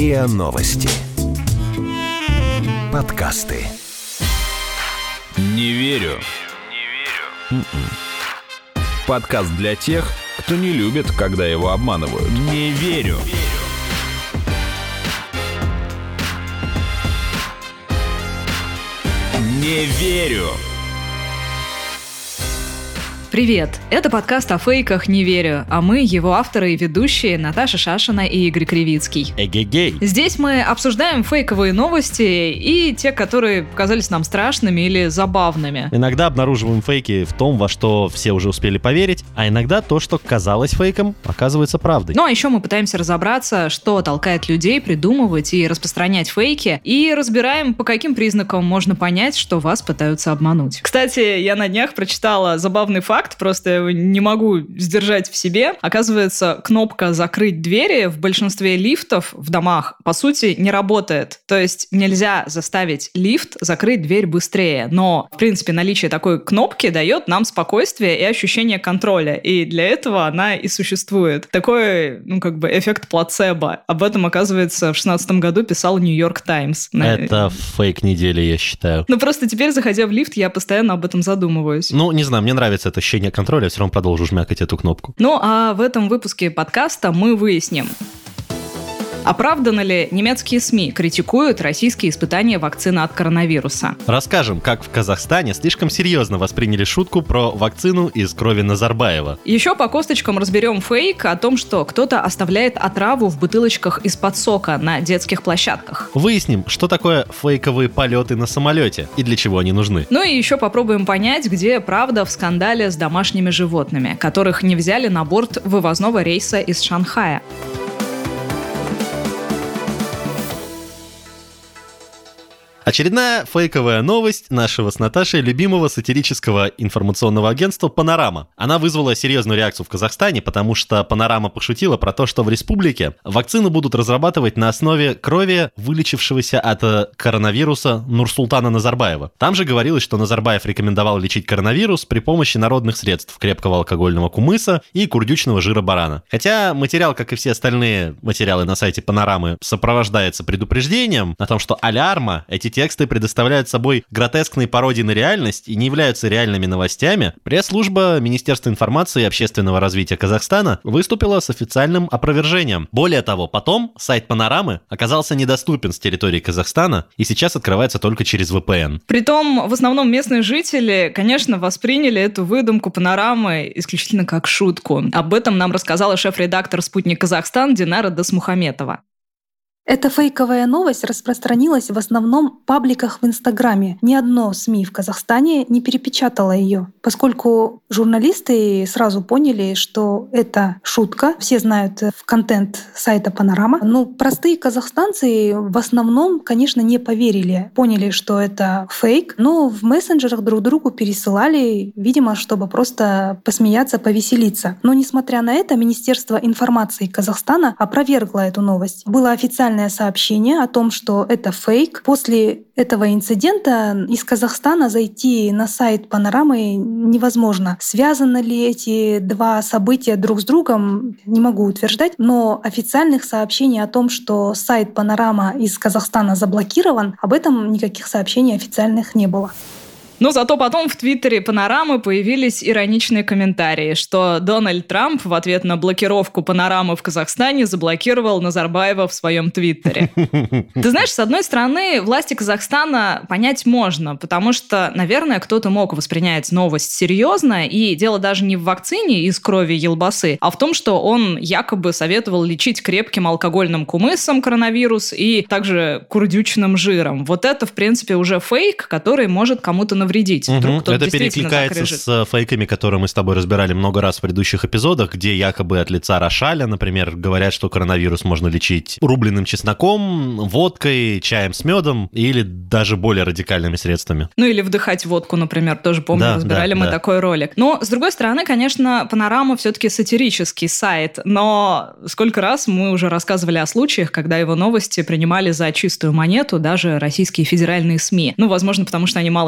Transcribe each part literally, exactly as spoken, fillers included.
РИА Новости. Подкасты. Не верю. Не верю. Подкаст для тех, кто не любит, когда его обманывают. Не верю. Не верю. Привет! Это подкаст о фейках «Не верю», а мы, его авторы и ведущие, Наташа Шашина и Игорь Кривицкий. Эгегей! Здесь мы обсуждаем фейковые новости и те, которые показались нам страшными или забавными. Иногда обнаруживаем фейки в том, во что все уже успели поверить, а иногда то, что казалось фейком, оказывается правдой. Ну а еще мы пытаемся разобраться, что толкает людей придумывать и распространять фейки, и разбираем, по каким признакам можно понять, что вас пытаются обмануть. Кстати, я на днях прочитала забавный факт, просто я его не могу сдержать в себе. Оказывается, кнопка «Закрыть двери» в большинстве лифтов в домах, по сути, не работает. То есть нельзя заставить лифт закрыть дверь быстрее. Но, в принципе, наличие такой кнопки дает нам спокойствие и ощущение контроля. И для этого она и существует. Такой, ну, как бы, эффект плацебо. Об этом, оказывается, в шестнадцатом году писал «Нью-Йорк Таймс». Это фейк недели, я считаю. Ну, просто теперь, заходя в лифт, я постоянно об этом задумываюсь. Ну, не знаю, мне нравится это ощущение контроля, я все равно продолжу жмякать эту кнопку. Ну, а в этом выпуске подкаста мы выясним, оправданно ли немецкие СМИ критикуют российские испытания вакцины от коронавируса. Расскажем, как в Казахстане слишком серьезно восприняли шутку про вакцину из крови Назарбаева. Еще по косточкам разберем фейк о том, что кто-то оставляет отраву в бутылочках из-под сока на детских площадках. Выясним, что такое фейковые полеты на самолете и для чего они нужны. Ну и еще попробуем понять, где правда в скандале с домашними животными, которых не взяли на борт вывозного рейса из Шанхая. Очередная фейковая новость нашего с Наташей любимого сатирического информационного агентства «Панорама». Она вызвала серьезную реакцию в Казахстане, потому что «Панорама» пошутила про то, что в республике вакцину будут разрабатывать на основе крови вылечившегося от коронавируса Нурсултана Назарбаева. Там же говорилось, что Назарбаев рекомендовал лечить коронавирус при помощи народных средств: крепкого алкогольного кумыса и курдючного жира барана. Хотя материал, как и все остальные материалы на сайте «Панорамы», сопровождается предупреждением о том, что алярма, эти тексты предоставляют собой гротескные пародии на реальность и не являются реальными новостями, пресс-служба Министерства информации и общественного развития Казахстана выступила с официальным опровержением. Более того, потом сайт «Панорамы» оказался недоступен с территории Казахстана и сейчас открывается только через ви пи эн. Притом, в основном местные жители, конечно, восприняли эту выдумку «Панорамы» исключительно как шутку. Об этом нам рассказала шеф-редактор «Спутник Казахстан» Динара Досмухаметова. Эта фейковая новость распространилась в основном в пабликах в Инстаграме. Ни одно СМИ в Казахстане не перепечатало ее, поскольку журналисты сразу поняли, что это шутка. Все знают в контент сайта «Панорама». Ну, простые казахстанцы в основном, конечно, не поверили. Поняли, что это фейк, но в мессенджерах друг другу пересылали, видимо, чтобы просто посмеяться, повеселиться. Но, несмотря на это, Министерство информации Казахстана опровергло эту новость. Было официально сообщение о том, что это фейк. После этого инцидента из Казахстана зайти на сайт «Панорамы» невозможно. Связаны ли эти два события друг с другом, не могу утверждать, но официальных сообщений о том, что сайт «Панорама» из Казахстана заблокирован, об этом никаких сообщений официальных не было. Но зато потом в Твиттере «Панорамы» появились ироничные комментарии, что Дональд Трамп в ответ на блокировку «Панорамы» в Казахстане заблокировал Назарбаева в своем Твиттере. Ты знаешь, с одной стороны, власти Казахстана понять можно, потому что, наверное, кто-то мог воспринять новость серьезно, и дело даже не в вакцине из крови елбасы, а в том, что он якобы советовал лечить крепким алкогольным кумысом коронавирус и также курдючным жиром. Вот это, в принципе, уже фейк, который может кому-то навредить. Вдруг угу. Это перекликается с фейками, которые мы с тобой разбирали много раз в предыдущих эпизодах, где якобы от лица Рошаля, например, говорят, что коронавирус можно лечить рубленым чесноком, водкой, чаем с медом или даже более радикальными средствами. Ну или вдыхать водку, например, тоже помню, да, разбирали да, мы да. такой ролик. Но, с другой стороны, конечно, «Панорама» все-таки сатирический сайт, но сколько раз мы уже рассказывали о случаях, когда его новости принимали за чистую монету даже российские федеральные СМИ. Ну, возможно, потому что они мало чем отличаются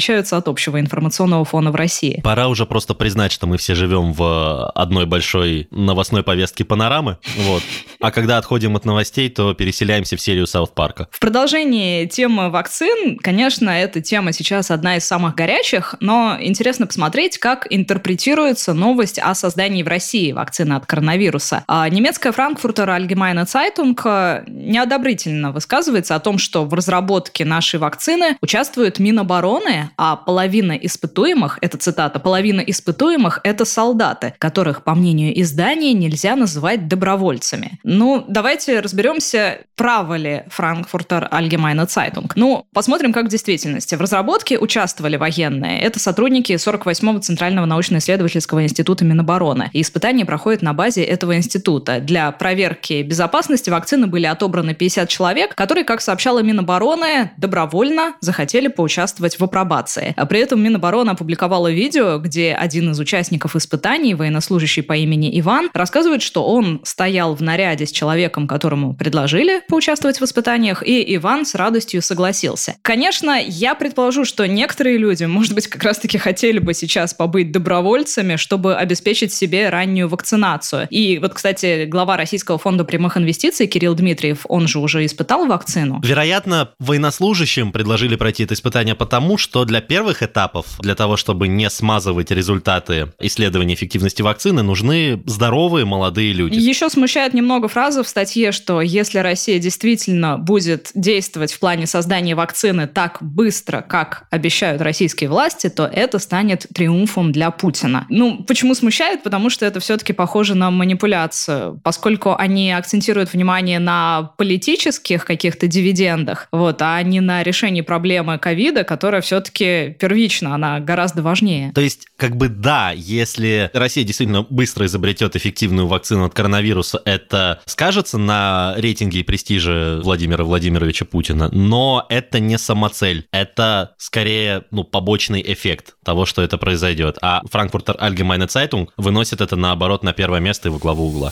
отличаются от общего информационного фона в России. Пора уже просто признать, что мы все живем в одной большой новостной повестке Панорамы, вот. А когда отходим от новостей, то переселяемся в серию Саут Парка. В продолжении темы вакцин, конечно, эта тема сейчас одна из самых горячих, но интересно посмотреть, как интерпретируется новость о создании в России вакцины от коронавируса. А немецкая Frankfurter Allgemeine Zeitung неодобрительно высказывается о том, что в разработке нашей вакцины участвует Минобороны, а половина испытуемых, это цитата, половина испытуемых – это солдаты, которых, по мнению издания, нельзя называть добровольцами. Ну, давайте разберемся, право ли Frankfurter Allgemeine Zeitung. Ну, посмотрим, как в действительности. В разработке участвовали военные. Это сотрудники сорок восьмого Центрального научно-исследовательского института Минобороны. И испытания проходят на базе этого института. Для проверки безопасности вакцины были отобраны пятьдесят человек, которые, как сообщала Минобороны, добровольно захотели поучаствовать в апробации. А при этом Минобороны опубликовала видео, где один из участников испытаний, военнослужащий по имени Иван, рассказывает, что он стоял в наряде с человеком, которому предложили поучаствовать в испытаниях, и Иван с радостью согласился. Конечно, я предположу, что некоторые люди, может быть, как раз-таки хотели бы сейчас побыть добровольцами, чтобы обеспечить себе раннюю вакцинацию. И вот, кстати, глава Российского фонда прямых инвестиций Кирилл Дмитриев, он же уже испытал вакцину. Вероятно, военнослужащим предложили пройти это испытание потому, что для первых этапов, для того, чтобы не смазывать результаты исследования эффективности вакцины, нужны здоровые молодые люди. Еще смущает немного фраза в статье, что если Россия действительно будет действовать в плане создания вакцины так быстро, как обещают российские власти, то это станет триумфом для Путина. Ну, почему смущает? Потому что это все-таки похоже на манипуляцию, поскольку они акцентируют внимание на политических каких-то дивидендах, вот, а не на решении проблемы ковида, которая все-таки первична, она гораздо важнее. То есть, как бы да, если Россия действительно быстро изобретет эффективную вакцину от коронавируса, это скажется на рейтинге и престиже Владимира Владимировича Путина, но это не самоцель, это скорее, ну, побочный эффект того, что это произойдет. А Frankfurter Allgemeine Zeitung выносит это, наоборот, на первое место и во главу угла.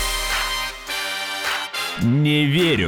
Не верю.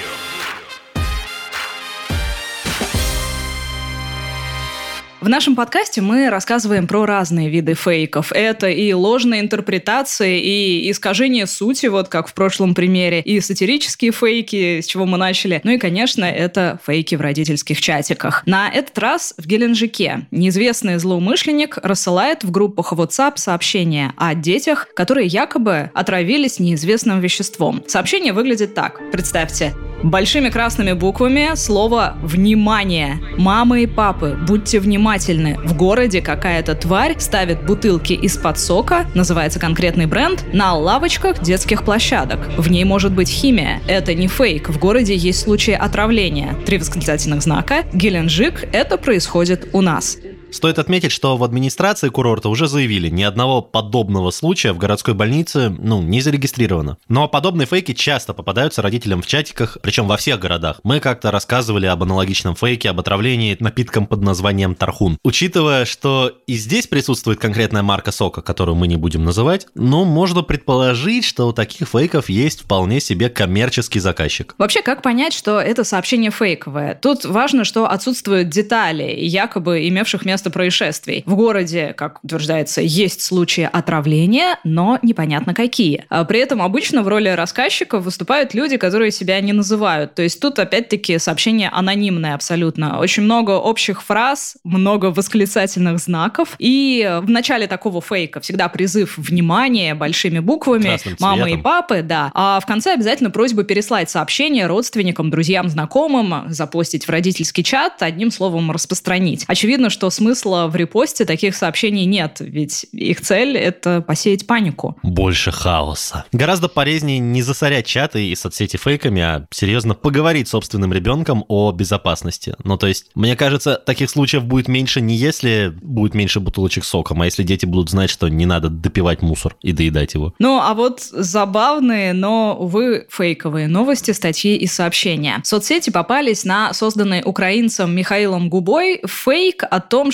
В нашем подкасте мы рассказываем про разные виды фейков. Это и ложные интерпретации, и искажение сути, вот как в прошлом примере, и сатирические фейки, с чего мы начали. Ну и, конечно, это фейки в родительских чатиках. На этот раз в Геленджике неизвестный злоумышленник рассылает в группах WhatsApp сообщения о детях, которые якобы отравились неизвестным веществом. Сообщение выглядит так. Представьте, большими красными буквами слово «Внимание». Мамы и папы, будьте внимательны. В городе какая-то тварь ставит бутылки из-под сока, называется конкретный бренд, на лавочках детских площадок. В ней может быть химия. Это не фейк. В городе есть случаи отравления. Три восклицательных знака. Геленджик. Это происходит у нас. Стоит отметить, что в администрации курорта уже заявили, ни одного подобного случая в городской больнице, ну, не зарегистрировано. Но подобные фейки часто попадаются родителям в чатиках, причем во всех городах. Мы как-то рассказывали об аналогичном фейке, об отравлении напитком под названием тархун. Учитывая, что и здесь присутствует конкретная марка сока, которую мы не будем называть, ну, можно предположить, что у таких фейков есть вполне себе коммерческий заказчик. Вообще, как понять, что это сообщение фейковое? Тут важно, что отсутствуют детали, якобы имевших место происшествий. В городе, как утверждается, есть случаи отравления, но непонятно какие. А при этом обычно в роли рассказчиков выступают люди, которые себя не называют. То есть тут, опять-таки, сообщение анонимное абсолютно. Очень много общих фраз, много восклицательных знаков. И в начале такого фейка всегда призыв внимания большими буквами, мамы и папы, да. А в конце обязательно просьба переслать сообщение родственникам, друзьям, знакомым, запостить в родительский чат, одним словом распространить. Очевидно, что смысл Смысла в репосте таких сообщений нет, ведь их цель — это посеять панику. Больше хаоса. Гораздо полезнее не засорять чаты и соцсети фейками, а серьезно поговорить с собственным ребенком о безопасности. Ну, то есть, мне кажется, таких случаев будет меньше не если будет меньше бутылочек соком, а если дети будут знать, что не надо допивать мусор и доедать его. Ну, а вот забавные, но, увы, фейковые новости, статьи и сообщения. В соцсети попались на созданный украинцем Михаилом Губой фейк о том, что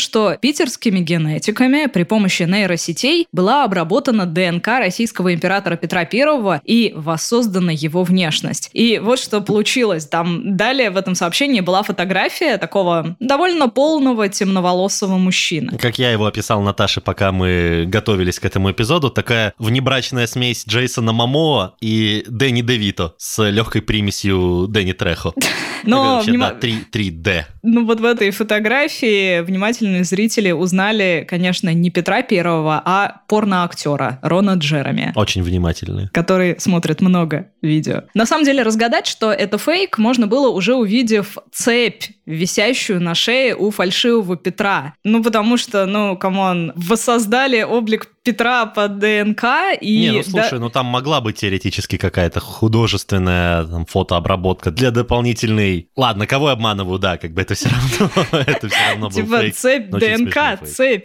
что питерскими генетиками при помощи нейросетей была обработана ДНК российского императора Петра Первого и воссоздана его внешность. И вот что получилось. Там далее в этом сообщении была фотография такого довольно полного темноволосого мужчины. Как я его описал Наташе, пока мы готовились к этому эпизоду, такая внебрачная смесь Джейсона Момоа и Дэнни Девито с легкой примесью Дэнни Трехо. Но вообще, внима... да, три дэ. Ну вот в этой фотографии внимательные зрители узнали, конечно, не Петра Первого, а порноактера Рона Джереми. Очень внимательные. Который смотрит много видео. На самом деле разгадать, что это фейк, можно было уже увидев цепь, висящую на шее у фальшивого Петра. Ну потому что, ну, камон, воссоздали облик Петра по ДНК и... Не, ну слушай, да... ну там могла быть теоретически какая-то художественная там, фотообработка для дополнительной... Ладно, кого я обманываю, да, как бы это все равно, это все равно был типа фейк. цепь ДНК, цепь.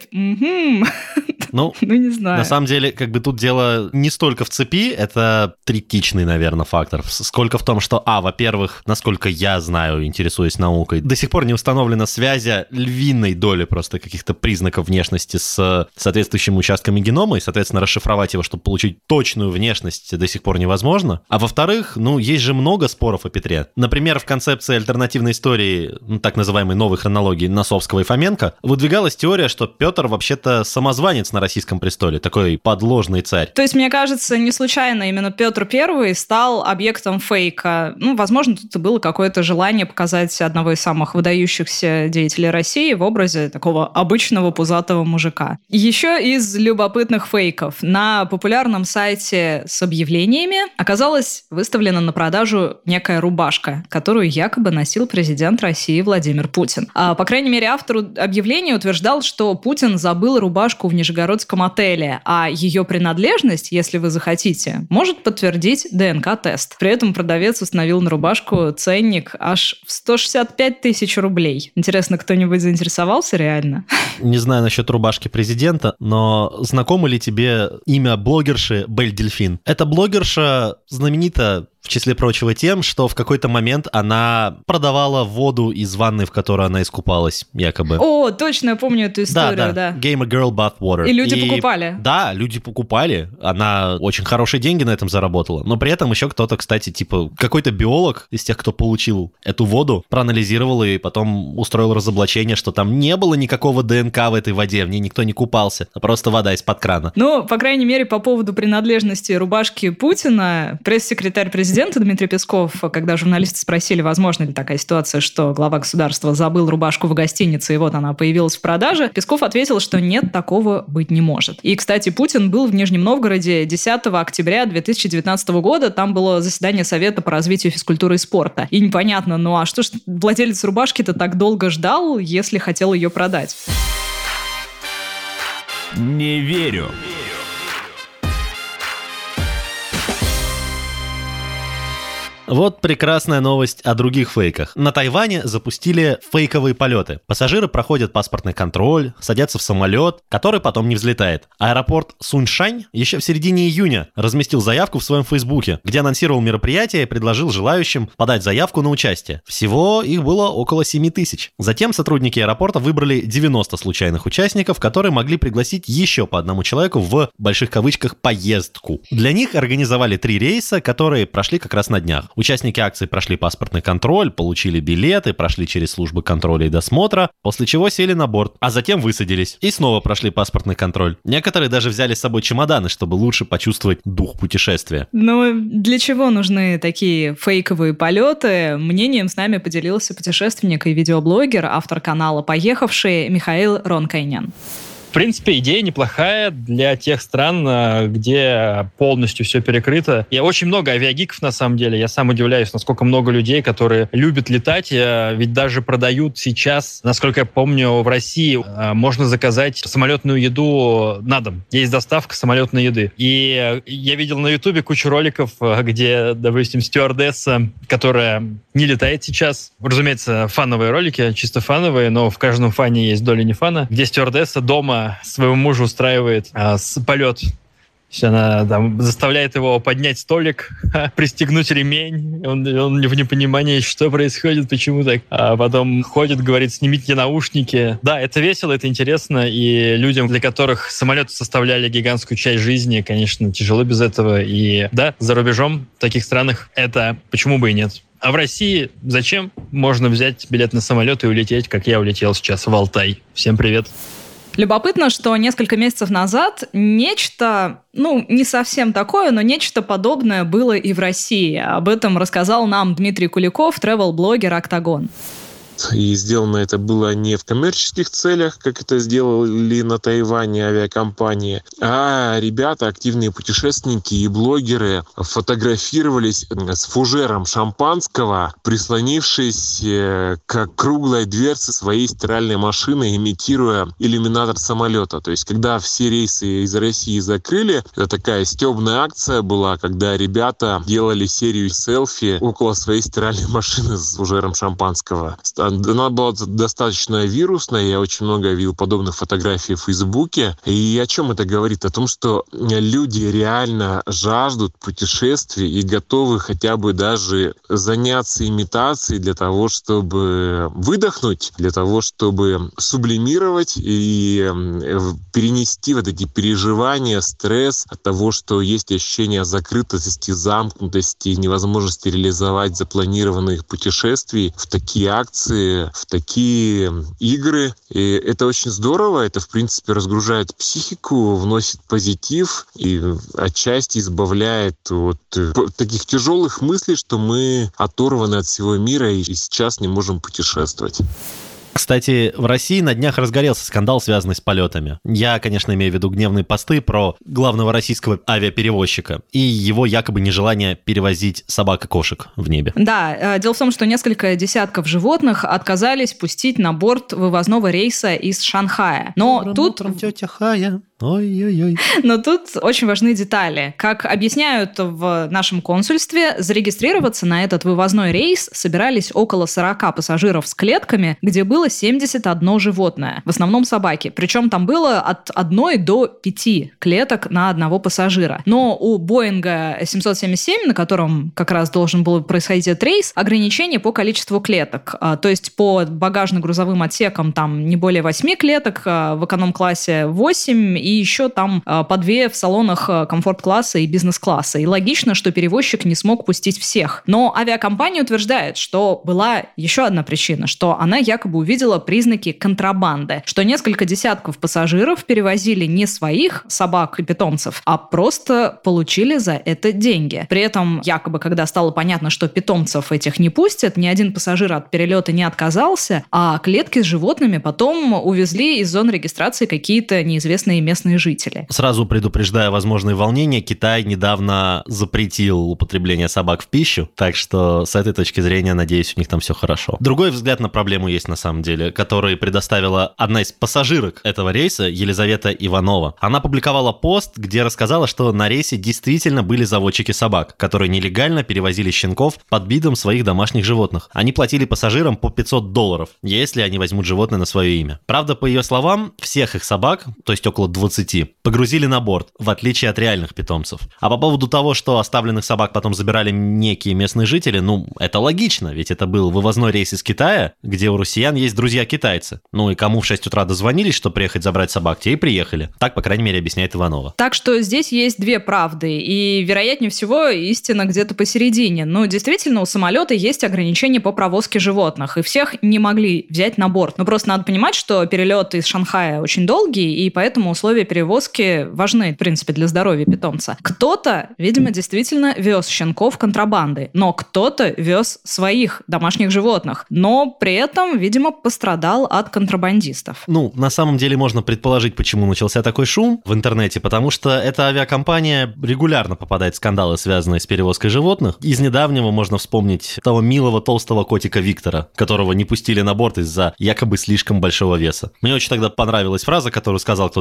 Ну, ну, не знаю. На самом деле, как бы тут дело не столько в цепи, это третичный, наверное, фактор, сколько в том, что, а, во-первых, насколько я знаю, интересуюсь наукой, до сих пор не установлена связь львиной доли просто каких-то признаков внешности с соответствующими участками генома, и, соответственно, расшифровать его, чтобы получить точную внешность, до сих пор невозможно. А во-вторых, ну, есть же много споров о Петре. Например, в концепции альтернативной истории, ну, так называемой новой хронологии Носовского и Фоменко, выдвигалась теория, что Петр вообще-то самозванец на российском престоле, такой подложный царь. То есть, мне кажется, не случайно именно Петр Первый стал объектом фейка. Ну, возможно, тут и было какое-то желание показать одного из самых выдающихся деятелей России в образе такого обычного пузатого мужика. Еще из любопытных фейков. На популярном сайте с объявлениями оказалась выставлена на продажу некая рубашка, которую якобы носил президент России Владимир Путин. А, по крайней мере, автор объявления утверждал, что Путин забыл рубашку в Нижегородском отеле, а ее принадлежность, если вы захотите, может подтвердить ДНК-тест. При этом продавец установил на рубашку ценник аж в сто шестьдесят пять тысяч рублей. Интересно, кто-нибудь заинтересовался реально? Не знаю насчет рубашки президента, но знакомо ли тебе имя блогерши Белль Дельфин? Эта блогерша знаменита в числе прочего тем, что в какой-то момент она продавала воду из ванны, в которой она искупалась, якобы. О, точно, я помню эту историю, да. да. Game a girl bath water. И люди и, покупали. Да, люди покупали. Она очень хорошие деньги на этом заработала. Но при этом еще кто-то, кстати, типа какой-то биолог из тех, кто получил эту воду, проанализировал и потом устроил разоблачение, что там не было никакого ДНК в этой воде, в ней никто не купался, а просто вода из-под крана. Ну, по крайней мере, по поводу принадлежности рубашки Путина, пресс-секретарь президента Дмитрий Песков, когда журналисты спросили, возможно ли такая ситуация, что глава государства забыл рубашку в гостинице, и вот она появилась в продаже, Песков ответил, что нет, такого быть не может. И, кстати, Путин был в Нижнем Новгороде десятого октября две тысячи девятнадцатого года, там было заседание Совета по развитию физкультуры и спорта. И непонятно, ну а что ж владелец рубашки-то так долго ждал, если хотел ее продать? Не верю. Вот прекрасная новость о других фейках. На Тайване запустили фейковые полеты. Пассажиры проходят паспортный контроль, садятся в самолет, который потом не взлетает. Аэропорт Суньшань еще в середине июня разместил заявку в своем фейсбуке, где анонсировал мероприятие и предложил желающим подать заявку на участие. Всего их было около семь тысяч. Затем сотрудники аэропорта выбрали девяносто случайных участников, которые могли пригласить еще по одному человеку в, больших кавычках, поездку. Для них организовали три рейса, которые прошли как раз на днях. Участники акции прошли паспортный контроль, получили билеты, прошли через службы контроля и досмотра, после чего сели на борт, а затем высадились и снова прошли паспортный контроль. Некоторые даже взяли с собой чемоданы, чтобы лучше почувствовать дух путешествия. Ну, для чего нужны такие фейковые полеты? Мнением с нами поделился путешественник и видеоблогер, автор канала «Поехавшие» Михаил Ронкайнян. В принципе, идея неплохая для тех стран, где полностью все перекрыто. И очень много авиагиков, на самом деле. Я сам удивляюсь, насколько много людей, которые любят летать. Ведь даже продают сейчас, насколько я помню, в России можно заказать самолетную еду на дом. Есть доставка самолетной еды. И я видел на Ютубе кучу роликов, где, допустим, стюардесса, которая не летает сейчас. Разумеется, фановые ролики, чисто фановые, но в каждом фане есть доля не фана, где стюардесса дома своему мужу устраивает а, с, полет Она там заставляет его поднять столик, пристегнуть ремень. Он, он в непонимании, что происходит, почему так. А потом ходит, говорит, снимите наушники. Да, это весело, это интересно. И людям, для которых самолеты составляли гигантскую часть жизни, конечно, тяжело без этого. И да, за рубежом, в таких странах, это почему бы и нет. А в России зачем? Можно взять билет на самолет и улететь, как я улетел сейчас в Алтай. Всем привет. Любопытно, что несколько месяцев назад нечто, ну, не совсем такое, но нечто подобное было и в России. Об этом рассказал нам Дмитрий Куликов, тревел-блогер «Октагон». И сделано это было не в коммерческих целях, как это сделали на Тайване авиакомпании, а ребята, активные путешественники и блогеры, фотографировались с фужером шампанского, прислонившись к круглой дверце своей стиральной машины, имитируя иллюминатор самолета. То есть, когда все рейсы из России закрыли, это такая стебная акция была, когда ребята делали серию селфи около своей стиральной машины с фужером шампанского. Она была достаточно вирусная, я очень много видел подобных фотографий в Фейсбуке. И о чем это говорит? О том, что люди реально жаждут путешествий и готовы хотя бы даже заняться имитацией для того, чтобы выдохнуть, для того, чтобы сублимировать и перенести вот эти переживания, стресс от того, что есть ощущение закрытости, замкнутости, невозможности реализовать запланированных путешествий в такие акции, в такие игры. И это очень здорово, это, в принципе, разгружает психику, вносит позитив и отчасти избавляет от таких тяжелых мыслей, что мы оторваны от всего мира и сейчас не можем путешествовать. Кстати, в России на днях разгорелся скандал, связанный с полетами. Я, конечно, имею в виду гневные посты про главного российского авиаперевозчика и его якобы нежелание перевозить собак и кошек в небе. Да, дело в том, что несколько десятков животных отказались пустить на борт вывозного рейса из Шанхая. Но Добрым тут... утром, тетя Хая. Ой-ой-ой. Но тут очень важны детали. Как объясняют в нашем консульстве, зарегистрироваться на этот вывозной рейс собирались около сорок пассажиров с клетками, где было семьдесят одно животное, в основном собаки. Причем там было от одной до пяти клеток на одного пассажира. Но у Боинга семьсот семьдесят семь, на котором как раз должен был происходить этот рейс, ограничение по количеству клеток. То есть по багажно-грузовым отсекам там не более восьми клеток, в эконом-классе восемь, и еще там по две в салонах комфорт-класса и бизнес-класса. И логично, что перевозчик не смог пустить всех. Но авиакомпания утверждает, что была еще одна причина, что она якобы увидела признаки контрабанды, что несколько десятков пассажиров перевозили не своих собак и питомцев, а просто получили за это деньги. При этом якобы, когда стало понятно, что питомцев этих не пустят, ни один пассажир от перелета не отказался, а клетки с животными потом увезли из зон регистрации какие-то неизвестные местные жители. Сразу предупреждая возможные волнения, Китай недавно запретил употребление собак в пищу, так что с этой точки зрения, надеюсь, у них там все хорошо. Другой взгляд на проблему есть на самом деле, который предоставила одна из пассажирок этого рейса, Елизавета Иванова. Она публиковала пост, где рассказала, что на рейсе действительно были заводчики собак, которые нелегально перевозили щенков под видом своих домашних животных. Они платили пассажирам по пятьсот долларов, если они возьмут животное на свое имя. Правда, по ее словам, всех их собак, то есть около двадцати, погрузили на борт, в отличие от реальных питомцев. А по поводу того, что оставленных собак потом забирали некие местные жители, ну, это логично, ведь это был вывозной рейс из Китая, где у россиян есть друзья-китайцы. Ну и кому в шесть утра дозвонились, что приехать забрать собак, те и приехали. Так, по крайней мере, объясняет Иванова. Так что здесь есть две правды, и, вероятнее всего, истина где-то посередине. Ну, действительно, у самолета есть ограничения по провозке животных, и всех не могли взять на борт. Но просто надо понимать, что перелет из Шанхая очень долгий, и поэтому условия перевозки важны, в принципе, для здоровья питомца. Кто-то, видимо, действительно вез щенков контрабандой, но кто-то вез своих домашних животных, но при этом, видимо, пострадал от контрабандистов. Ну, на самом деле можно предположить, почему начался такой шум в интернете, потому что эта авиакомпания регулярно попадает в скандалы, связанные с перевозкой животных. Из недавнего можно вспомнить того милого толстого котика Виктора, которого не пустили на борт из-за якобы слишком большого веса. Мне очень тогда понравилась фраза, которую сказал кто-то из экспертов,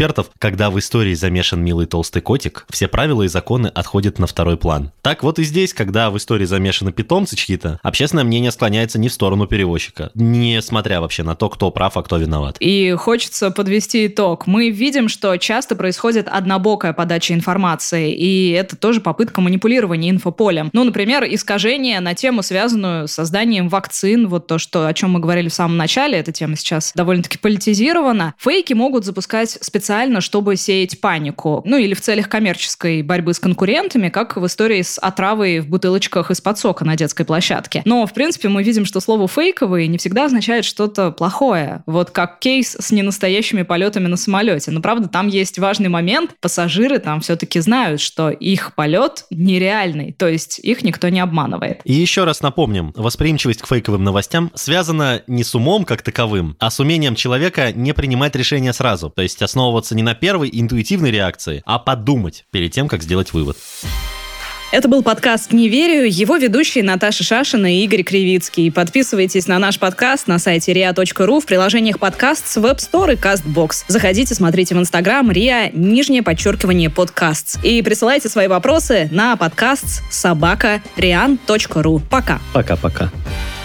экспертов, когда в истории замешан милый толстый котик, все правила и законы отходят на второй план. Так вот и здесь, когда в истории замешаны питомцы чьи-то, общественное мнение склоняется не в сторону перевозчика, несмотря вообще на то, кто прав, а кто виноват. И хочется подвести итог. Мы видим, что часто происходит однобокая подача информации, и это тоже попытка манипулирования инфополем. Ну, например, искажение на тему, связанную с созданием вакцин, вот то, что, о чем мы говорили в самом начале, эта тема сейчас довольно-таки политизирована. Фейки могут запускать специально, чтобы сеять панику, ну или в целях коммерческой борьбы с конкурентами, как в истории с отравой в бутылочках из-под сока на детской площадке. Но, в принципе, мы видим, что слово «фейковый» не всегда означает что-то плохое. Вот как кейс с ненастоящими полетами на самолете. Но, правда, там есть важный момент. Пассажиры там все-таки знают, что их полет нереальный, то есть их никто не обманывает. И еще раз напомним, восприимчивость к фейковым новостям связана не с умом как таковым, а с умением человека не принимать решения сразу, то есть основываться не на первой интуитивной реакции, а подумать перед тем, как сделать вывод. Это был подкаст «Не верю», его ведущие Наташа Шашина и Игорь Кривицкий. Подписывайтесь на наш подкаст на сайте риа точка ру, в приложениях подкаст с Web Store и Castbox. Заходите, смотрите в Инстаграм риа, нижнее подчеркивание, подкастс. И присылайте свои вопросы на подкаст собака риан точка ру. Пока. Пока-пока.